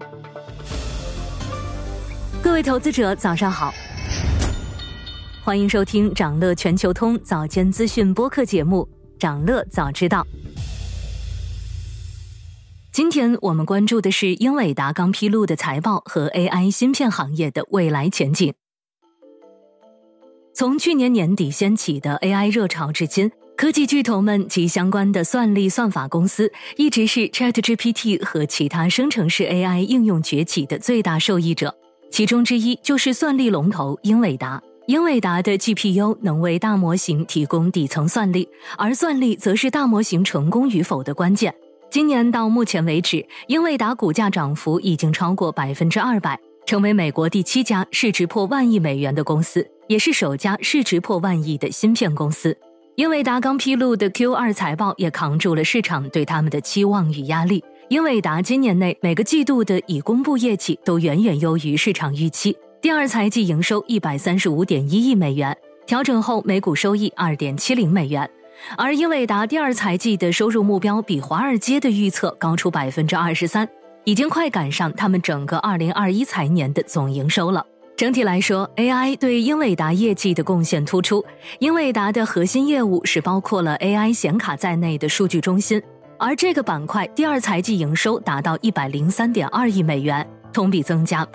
各位投资者早上好，欢迎收听长乐全球通早间资讯播客节目长乐早知道。今天我们关注的是英伟达刚披露的财报和 AI 芯片行业的未来前景。从去年年底掀起的 AI 热潮至今，科技巨头们及相关的算力算法公司一直是 ChatGPT 和其他生成式 AI 应用崛起的最大受益者，其中之一就是算力龙头英伟达。英伟达的 GPU 能为大模型提供底层算力，而算力则是大模型成功与否的关键。今年到目前为止，英伟达股价涨幅已经超过 200%， 成为美国第7家市值破10000亿美元的公司，也是首家市值破10000亿的芯片公司。英伟达刚披露的 Q2 财报也扛住了市场对他们的期望与压力。英伟达今年内每个季度的已公布业绩都远远优于市场预期，第二财季营收 135.1 亿美元，调整后每股收益 2.70 美元。而英伟达第二财季的收入目标比华尔街的预测高出 23%， 已经快赶上他们整个2021财年的总营收了。整体来说， AI 对英伟达业绩的贡献突出。英伟达的核心业务是包括了 AI 显卡在内的数据中心，而这个板块第二财季营收达到 103.2 亿美元，同比增加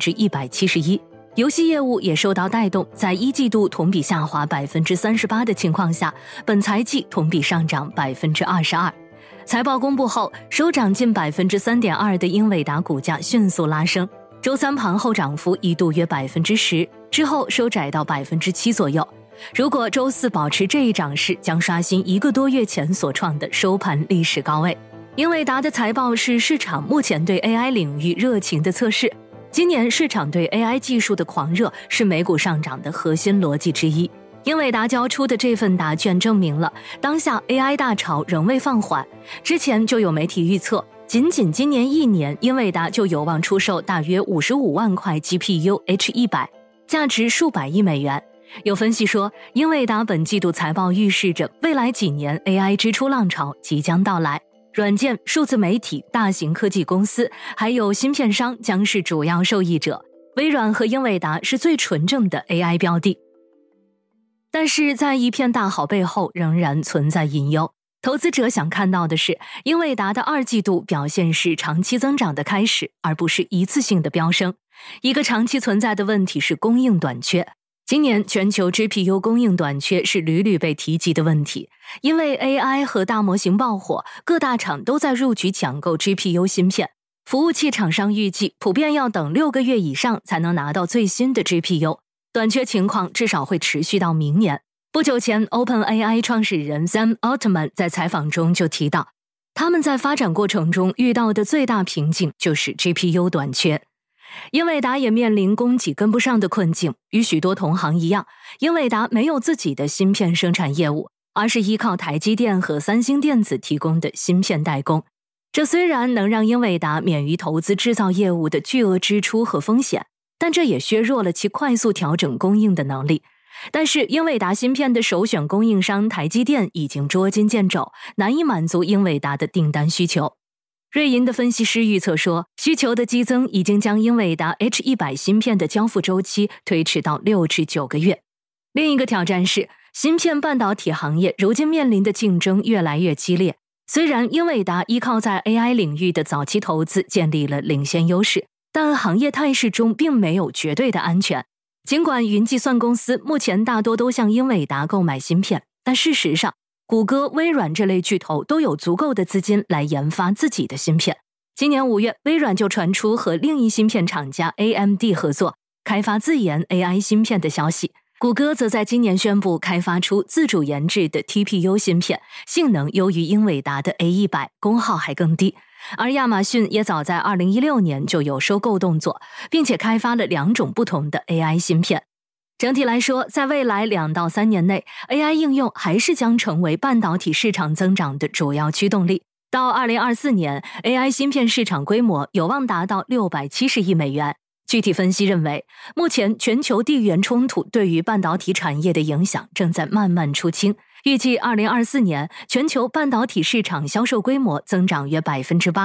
171%。游戏业务也受到带动，在一季度同比下滑 38% 的情况下，本财季同比上涨 22%。财报公布后，收涨近 3.2% 的英伟达股价迅速拉升，周三盘后涨幅一度约 10%， 之后收窄到 7% 左右。如果周四保持这一涨势，将刷新1个多月前所创的收盘历史高位。英伟达的财报是市场目前对 AI 领域热情的测试。今年市场对 AI 技术的狂热是美股上涨的核心逻辑之一。英伟达交出的这份答卷证明了当下 AI 大潮仍未放缓。之前就有媒体预测，仅仅今年1年，英伟达就有望出售大约55万块 GPU H100， 价值数百亿美元。有分析说，英伟达本季度财报预示着未来几年 AI 支出浪潮即将到来。软件、数字媒体、大型科技公司还有芯片商将是主要受益者，微软和英伟达是最纯正的 AI 标的。但是在一片大好背后仍然存在隐忧，投资者想看到的是英伟达的二季度表现是长期增长的开始，而不是一次性的飙升。一个长期存在的问题是供应短缺。今年全球 GPU 供应短缺是屡屡被提及的问题，因为 AI 和大模型爆火，各大厂都在入局抢购 GPU 芯片。服务器厂商预计普遍要等6个月以上才能拿到最新的 GPU， 短缺情况至少会持续到明年。不久前 OpenAI 创始人 Sam Altman 在采访中就提到，他们在发展过程中遇到的最大瓶颈就是 GPU 短缺。英伟达也面临供给跟不上的困境，与许多同行一样，英伟达没有自己的芯片生产业务，而是依靠台积电和三星电子提供的芯片代工。这虽然能让英伟达免于投资制造业务的巨额支出和风险，但这也削弱了其快速调整供应的能力。但是英伟达芯片的首选供应商台积电已经捉襟见肘，难以满足英伟达的订单需求。瑞银的分析师预测说，需求的激增已经将英伟达 H100 芯片的交付周期推迟到6至9个月。另一个挑战是，芯片半导体行业如今面临的竞争越来越激烈。虽然英伟达依靠在 AI 领域的早期投资建立了领先优势，但行业态势中并没有绝对的安全。尽管云计算公司目前大多都向英伟达购买芯片，但事实上谷歌、微软这类巨头都有足够的资金来研发自己的芯片。今年5月，微软就传出和另一芯片厂家 AMD 合作，开发自研 AI 芯片的消息。谷歌则在今年宣布开发出自主研制的 TPU 芯片，性能优于英伟达的 A100， 功耗还更低。而亚马逊也早在2016年就有收购动作，并且开发了2种不同的 AI 芯片。整体来说，在未来2到3年内， AI 应用还是将成为半导体市场增长的主要驱动力。到2024年， AI 芯片市场规模有望达到670亿美元。具体分析认为，目前全球地缘冲突对于半导体产业的影响正在慢慢出清，预计2024年全球半导体市场销售规模增长约 8%。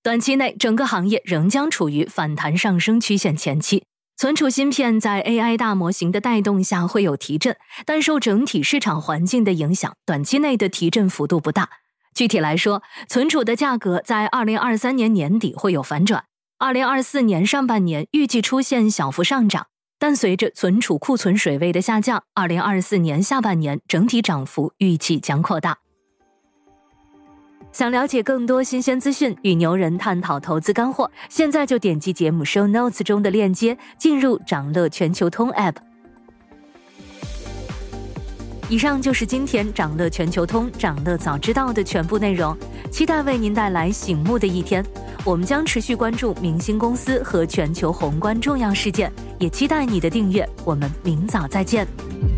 短期内整个行业仍将处于反弹上升曲线前期。存储芯片在 AI 大模型的带动下会有提振，但受整体市场环境的影响，短期内的提振幅度不大。具体来说，存储的价格在2023年年底会有反转，2024年上半年预计出现小幅上涨，但随着存储库存水位的下降，2024年下半年整体涨幅预计将扩大。想了解更多新鲜资讯，与牛人探讨投资干货，现在就点击节目 show notes 中的链接，进入掌乐全球通 app。以上就是今天掌乐全球通掌乐早知道的全部内容，期待为您带来醒目的一天。我们将持续关注明星公司和全球宏观重要事件，也期待你的订阅。我们明早再见。